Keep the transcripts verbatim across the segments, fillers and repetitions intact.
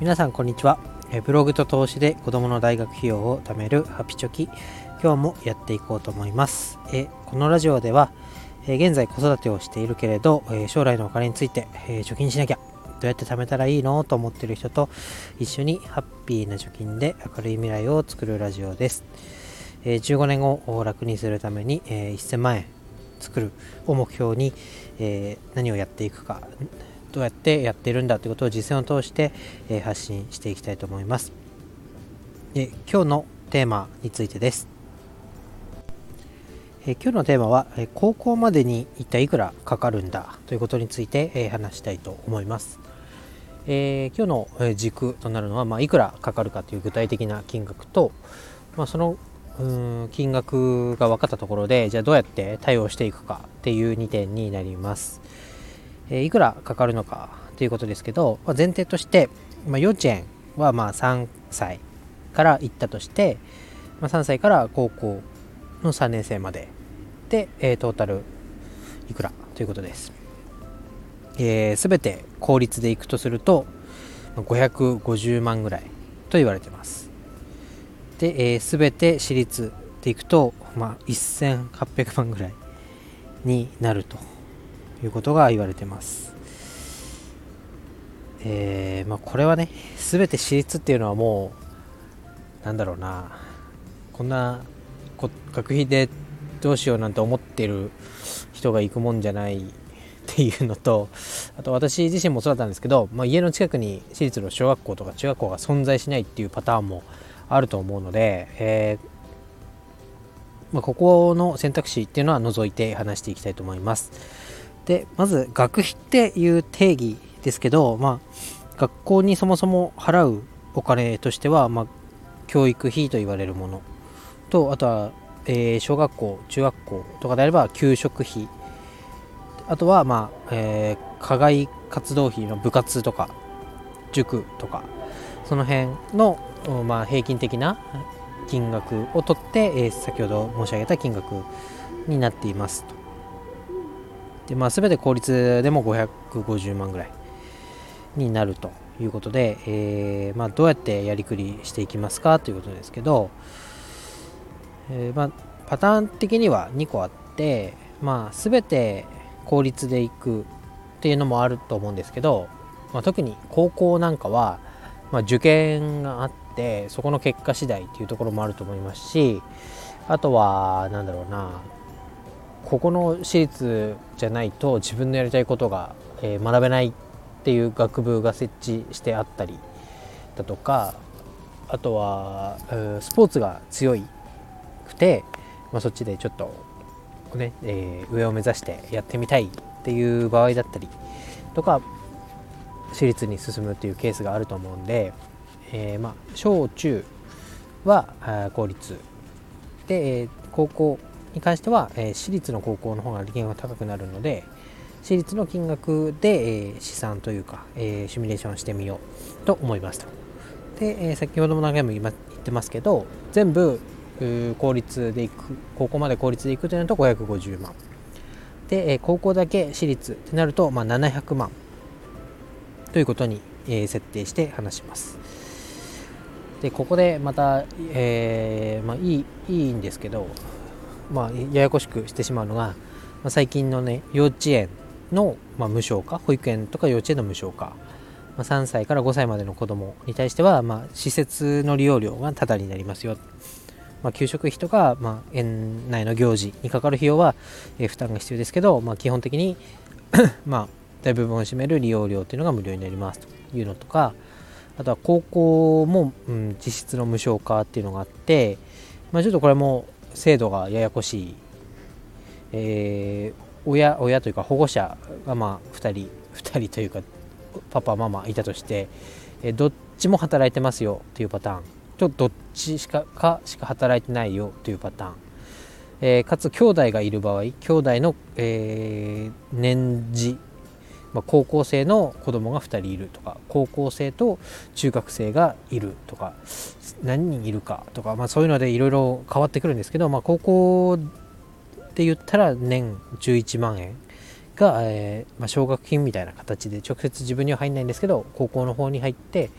皆さんこんにちは。ブログと投資で子どもの大学費用を貯めるハピチョキ、今日もやっていこうと思います。えこのラジオでは現在子育てをしているけれど将来のお金について貯金しなきゃ、どうやって貯めたらいいのと思っている人と一緒にハッピーな貯金で明るい未来を作るラジオです。じゅうごねんごを楽にするためにせんまんえん作るを目標に何をやっていくか、どうやってやっているんだということを実践を通して発信していきたいと思います。で今日のテーマについてです。え今日のテーマは高校までに一体いくらかかるんだということについて話したいと思います。えー、今日の軸となるのは、まあ、いくらかかるかという具体的な金額と、まあ、そのうーん金額が分かったところで、じゃあどうやって対応していくかっていうにてんになります。いくらかかるのかということですけど、まあ、前提として、まあ、幼稚園はまあさんさいから行ったとして、まあ、さんさいから高校のさんねん生までで、えー、トータルいくらということです。えー、全て公立で行くとするとごひゃくごじゅうまんぐらいと言われています。で、えー、全て私立で行くと、まあ、せんはっぴゃくまんぐらいになるということが言われてます。えーまあ、これはね、全て私立っていうのはもうなんだろうな、こんな学費でどうしようなんて思ってる人が行くもんじゃないっていうのと、あと私自身もそうだったんですけど、まあ、家の近くに私立の小学校とか中学校が存在しないっていうパターンもあると思うので、えーまあ、ここの選択肢っていうのは除いて話していきたいと思います。でまず学費っていう定義ですけど、まあ、学校にそもそも払うお金としては、まあ、教育費と言われるものと、あとは、えー、小学校中学校とかであれば給食費、あとは、まあえー、課外活動費の部活とか塾とか、その辺の、まあ、平均的な金額を取って、えー、先ほど申し上げた金額になっていますと。で、まあ、全て公立でもごひゃくごじゅうまんぐらいになるということで、えーまあ、どうやってやりくりしていきますかということですけど、えーまあ、パターン的にはにこあって、まあ、全て公立で行くっていうのもあると思うんですけど、まあ、特に高校なんかは、まあ、受験があってそこの結果次第っていうところもあると思いますし、あとはなんだろうな、ここの私立じゃないと自分のやりたいことが、えー、学べないっていう学部が設置してあったりだとか、あとは、えー、スポーツが強いくて、まあ、そっちでちょっと、ねえー、上を目指してやってみたいっていう場合だったりとか、私立に進むっていうケースがあると思うんで、えーまあ、小中は公立で、えー、高校に関しては、えー、私立の高校の方が利権が高くなるので、私立の金額で、えー、試算というか、えー、シミュレーションしてみようと思いますと。で、えー、先ほども何回も言ってますけど、全部公立で行く、高校まで公立で行くというのとごひゃくごじゅうまんで、えー、高校だけ私立ってなると、まあ、ななひゃくまんということに、えー、設定して話します。でここでまた、えーまあ、いい、いいんですけど、まあ、ややこしくしてしまうのが、まあ、最近のね幼稚園の、まあ、無償化、保育園とか幼稚園の無償化、まあ、さんさいからごさいまでの子どもに対しては、まあ、施設の利用料がタダになりますよ、まあ、給食費とか、まあ、園内の行事にかかる費用は、えー、負担が必要ですけど、まあ、基本的にまあ大部分を占める利用料というのが無料になりますというのとか、あとは高校も、うん、実質の無償化っていうのがあって、まあ、ちょっとこれも制度がややこしい、えー、親親というか保護者がまあふたりふたりというかパパママいたとして、えー、どっちも働いてますよというパターンと、どっちしかかしか働いてないよというパターン、えー、かつ兄弟がいる場合、兄弟の、えー、年次、まあ、高校生の子供がふたりいるとか、高校生と中学生がいるとか、何人いるかとか、まあ、そういうのでいろいろ変わってくるんですけど、まあ、高校で言ったら年じゅういちまんえんが、えーまあ、奨学金みたいな形で直接自分には入んないんですけど、高校の方に入って、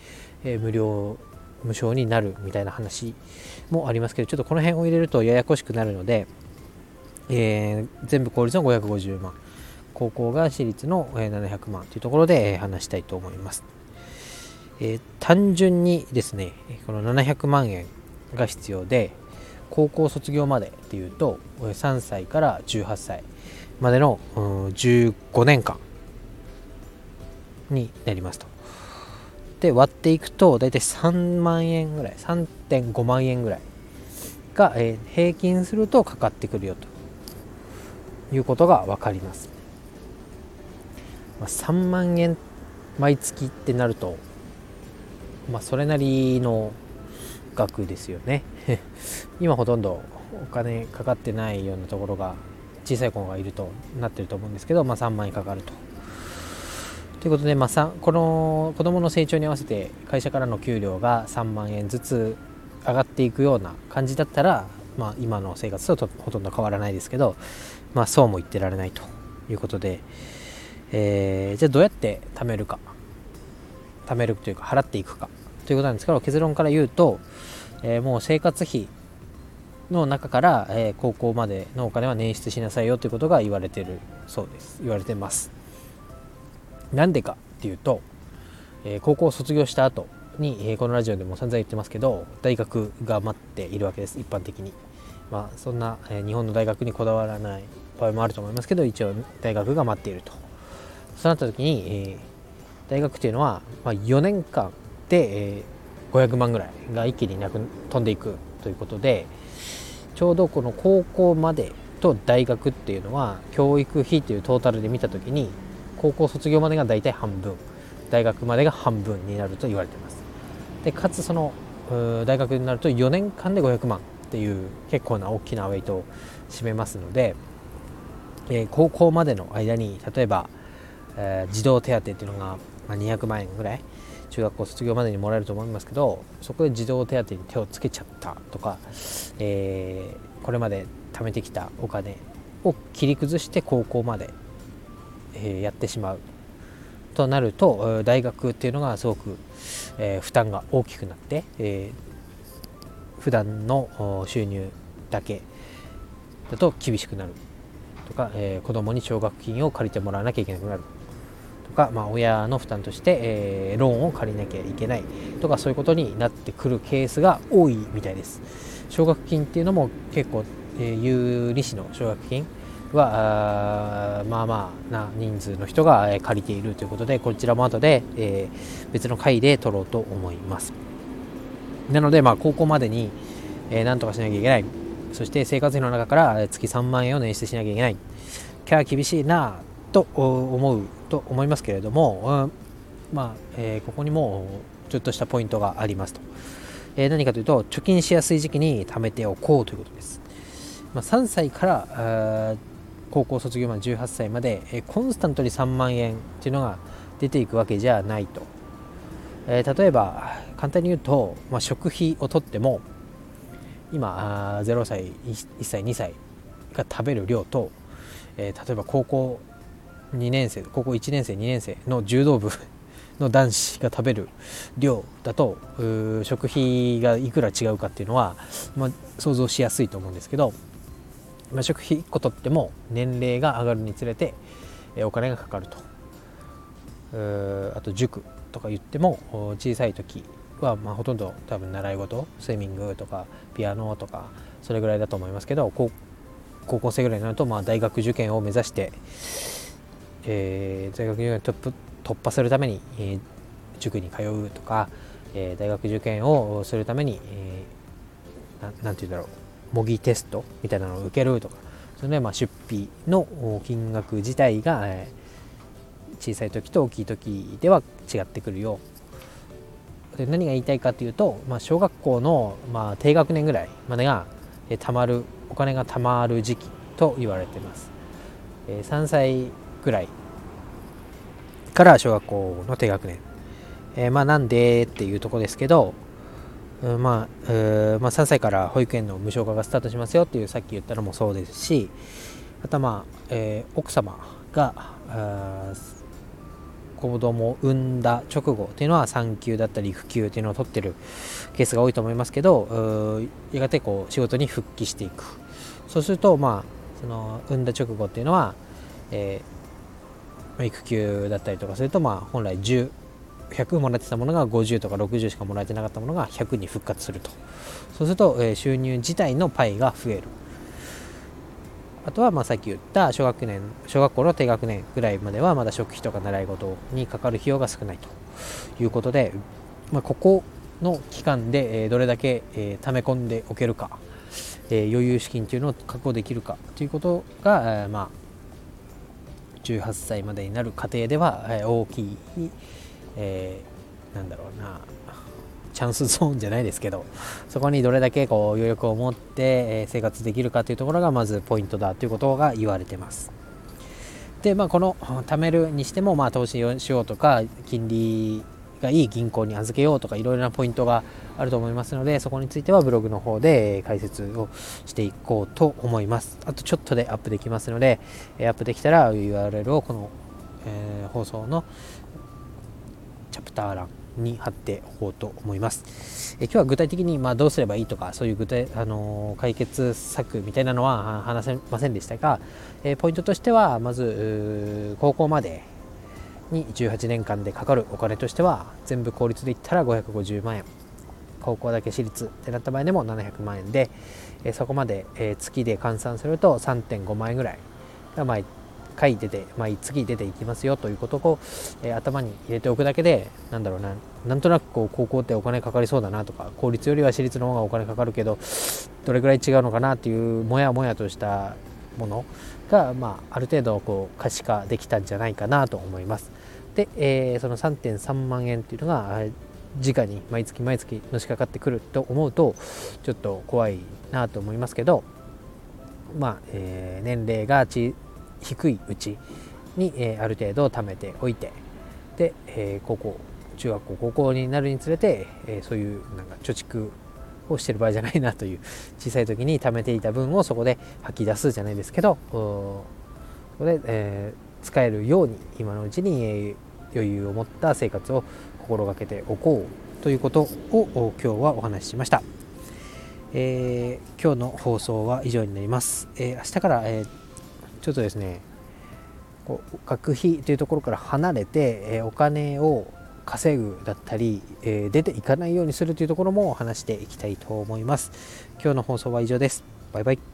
えー、無料無償になるみたいな話もありますけど、ちょっとこの辺を入れるとややこしくなるので、えー、全部公立のごひゃくごじゅうまん、高校が私立のななひゃくまんというところで話したいと思います。えー、単純にですね、このななひゃくまんえんが必要で、高校卒業までっていうとさんさいからじゅうはっさいまでのじゅうごねんかんになりますと。で割っていくとだいたいさんまんえんぐらい、 さんてんごまんえんぐらいが、えー、平均するとかかってくるよということが分かります。まあ、さんまんえん毎月ってなると、まあ、それなりの額ですよね今ほとんどお金かかってないようなところが、小さい子がいるとなってると思うんですけど、まあ、さんまんえんかかると。ということで、まあ、この子どもの成長に合わせて会社からの給料がさんまんえんずつ上がっていくような感じだったら、まあ、今の生活とほとんど変わらないですけど、まあ、そうも言ってられないということで、えー、じゃあどうやって貯めるか、貯めるというか払っていくかということなんですけど、結論から言うと、えー、もう生活費の中から、えー、高校までのお金は捻出しなさいよということが言われてるそうです。言われてます。なんでかっていうと、えー、高校を卒業した後に、えー、このラジオでも散々言ってますけど、大学が待っているわけです。一般的に、まあ、そんな、えー、日本の大学にこだわらない場合もあると思いますけど、一応大学が待っていると。そうなった時に、えー、大学っていうのは、まあ、よねんかんで、えー、ごひゃくまんぐらいが一気になく飛んでいくということで、ちょうどこの高校までと大学っていうのは教育費というトータルで見た時に、高校卒業までがだいたい半分、大学までが半分になると言われています。でかつその大学になるとよねんかんでごひゃくまんっていう結構な大きなウェイトを占めますので、えー、高校までの間に例えば、えー、児童手当っていうのがにひゃくまんえんぐらい中学校卒業までにもらえると思いますけど、そこで児童手当に手をつけちゃったとか、えー、これまで貯めてきたお金を切り崩して高校まで、えー、やってしまうとなると、大学っていうのがすごく、えー、負担が大きくなって、えー、普段の収入だけだと厳しくなるとか、えー、子供に奨学金を借りてもらわなきゃいけなくなるとか、まあ、親の負担として、えー、ローンを借りなきゃいけないとか、そういうことになってくるケースが多いみたいです。奨学金っていうのも結構、えー、有利子の奨学金はあまあまあな人数の人が借りているということで、こちらも後で、えー、別の回で取ろうと思います。なので、まあ、高校までに、えー、何とかしなきゃいけない。そして生活費の中から月さんまんえんを捻出しなきゃいけない。キャー厳しいなと思うと思いますけれども、うん、まあ、えー、ここにもちょっとしたポイントがありますと。えー、何かというと、貯金しやすい時期に貯めておこうということです。まあ、さんさいから高校卒業までじゅうはっさいまで、えー、コンスタントにさんまんえんっていうのが出ていくわけじゃないと。えー、例えば簡単に言うと、まあ、食費をとっても今ゼロさい、いっさい、にさいが食べる量と、えー、例えば高校にねんせい、高校いちねんせい、にねんせいの柔道部の男子が食べる量だと、食費がいくら違うかっていうのは、まあ、想像しやすいと思うんですけど、まあ、食費いっことっても年齢が上がるにつれて、えー、お金がかかると。あと塾とか言っても小さい時は、まあ、ほとんど多分習い事、スイミングとかピアノとかそれぐらいだと思いますけど、高高校生ぐらいになると、まあ、大学受験を目指して、えー、大学受験をトップ突破するために、えー、塾に通うとか、えー、大学受験をするために、えー、な, なんていうんだろう模擬テストみたいなのを受けるとか、それでまあ出費の金額自体が、えー、小さい時と大きい時では違ってくるよ。で何が言いたいかというと、まあ、小学校の、まあ、低学年ぐらいまでが、えー、たまるお金がたまる時期と言われています。えー、さんさいぐらいから小学校の低学年、えー、まあなんでっていうところですけど、まあえーまあ、さんさいから保育園の無償化がスタートしますよっていうさっき言ったのもそうですし、あとはまあ、えー、奥様が子供を産んだ直後っていうのは産休だったり育休っていうのを取ってるケースが多いと思いますけど、やがてこう仕事に復帰していく。そうするとまあその産んだ直後っていうのは、えー、育休だったりとかすると、まあ本来じゅう、ひゃくもらってたものがごじゅうとかろくじゅうしかもらえてなかったものがひゃくに復活すると。そうすると、えー、収入自体のパイが増える。あとはまあさっき言った小学年小学校の低学年ぐらいまではまだ食費とか習い事にかかる費用が少ないということで、まあ、ここの期間で、えー、どれだけ、えー、溜め込んでおけるか、えー、余裕資金というのを確保できるかということが、えー、まあじゅうはっさいまでになる過程では、えー、大きい、えー、なんだろうなチャンスゾーンじゃないですけど、そこにどれだけこう余力を持って生活できるかというところがまずポイントだということが言われてます。で、まあ、この貯めるにしても、まあ、投資をしようとか金利がいい銀行に預けようとかいろいろなポイントがあると思いますので、そこについてはブログの方で解説をしていこうと思います。あとちょっとでアップできますので、アップできたら ユーアールエル をこの、えー、放送のチャプター欄に貼っておこうと思います。え今日は具体的にまあどうすればいいとかそういう具体、あのー、解決策みたいなのは話せませんでしたが、えー、ポイントとしてはまず高校までにじゅうはちねんかんでかかるお金としては全部公立で言ったらごひゃくごじゅうまんえん、高校だけ私立ってなった場合でもななひゃくまんえんで、えー、そこまで、えー、月で換算すると さんてんごまんえんぐらいが毎回出て毎月出ていきますよということを、えー、頭に入れておくだけで、なんだろうななんとなくこう高校ってお金かかりそうだなとか、公立よりは私立の方がお金かかるけどどれぐらい違うのかなっていうもやもやとしたものが、まあ、ある程度こう可視化できたんじゃないかなと思います。で、えー、その さんてんさんまんえんっていうのが直に毎月毎月のしかかってくると思うとちょっと怖いなと思いますけど、まあ、えー、年齢がち低いうちに、えー、ある程度貯めておいて、で、えー、高校中学校高校になるにつれて、えー、そういうなんか貯蓄をしてる場合じゃないなという、小さい時に貯めていた分をそこで吐き出すじゃないですけど、そこで、えー、使えるように今のうちに、えー、余裕を持った生活を心がけておこうということを今日はお話ししました。えー、今日の放送は以上になります。えー、明日から、えー、ちょっとですねこう学費というところから離れて、えー、お金を稼ぐだったり、えー、出ていかないようにするというところも話していきたいと思います。今日の放送は以上です。バイバイ。